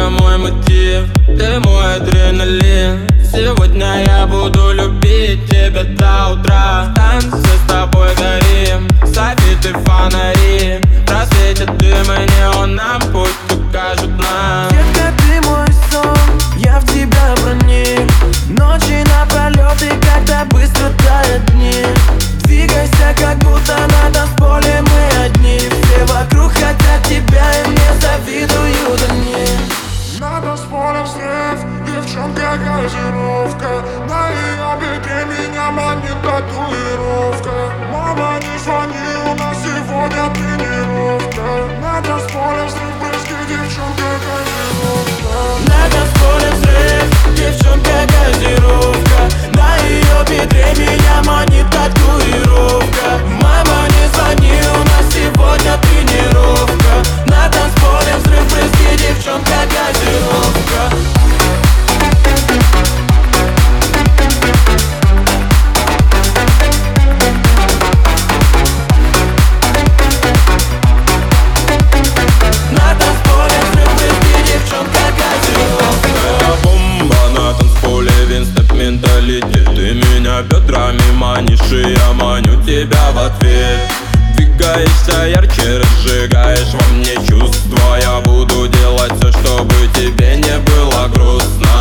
только мой мотив, ты мой адреналин. Сегодня я буду любить тебя до утра. Танцы с тобой горим, софиты фонари, просветят дымы неоном, путь укажут нам. Детка, ты мой сон, я в тебя проник. Ночи напролет, и когда быстро тают дни. Двигайся, как будто на танцполе мы одни. Все вокруг хотят тебя, и мне завидуют они. На танцполе взрыв, девчонка газировка. На ее бедре меня манит татуировка. Мама, не звони, у нас сегодня тренировка. На танцполе взрыв, брызги, девчонка газировка. На танцполе взрыв, девчонка газировка. На ее бедре меня манит татуировка. Мама, не звони, у нас сегодня тренировка. На танцполе взрыв, брызги, девчонка газировка. Ты меня бедрами манишь, и я маню тебя в ответ. Двигаешься ярче, разжигаешь во мне чувства. Я буду делать все, чтобы тебе не было грустно.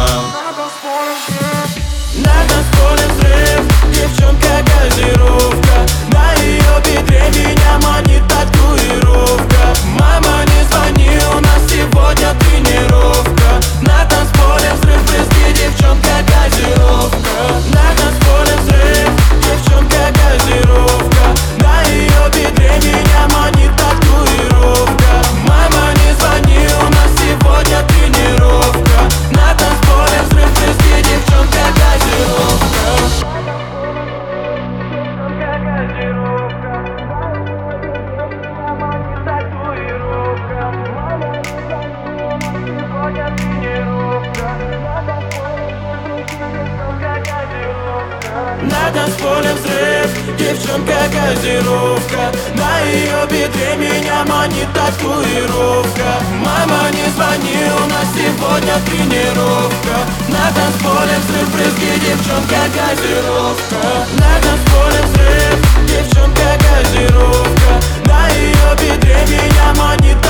На танцполе взрыв, девчонка газировка. На ее бедре меня манит татуировка. Мама, не звони, у нас сегодня тренировка. На танцполе взрыв, брызги, девчонка газировка. На танцполе взрыв, девчонка газировка. На ее бедре меня манит татуировка. Мама, не звони, у нас сегодня тренировка. На танцполе взрыв, брызги, девчонка газировка. На танцполе взрыв, девчонка газировка. На ее бедре меня манит татуировка. Мама, не звони, у нас сегодня тренировка. На танцполе взрыв, брызги, девчонка газировка. На танцполе взрыв, девчонка газировка. На ее бедре меня манит татуировка.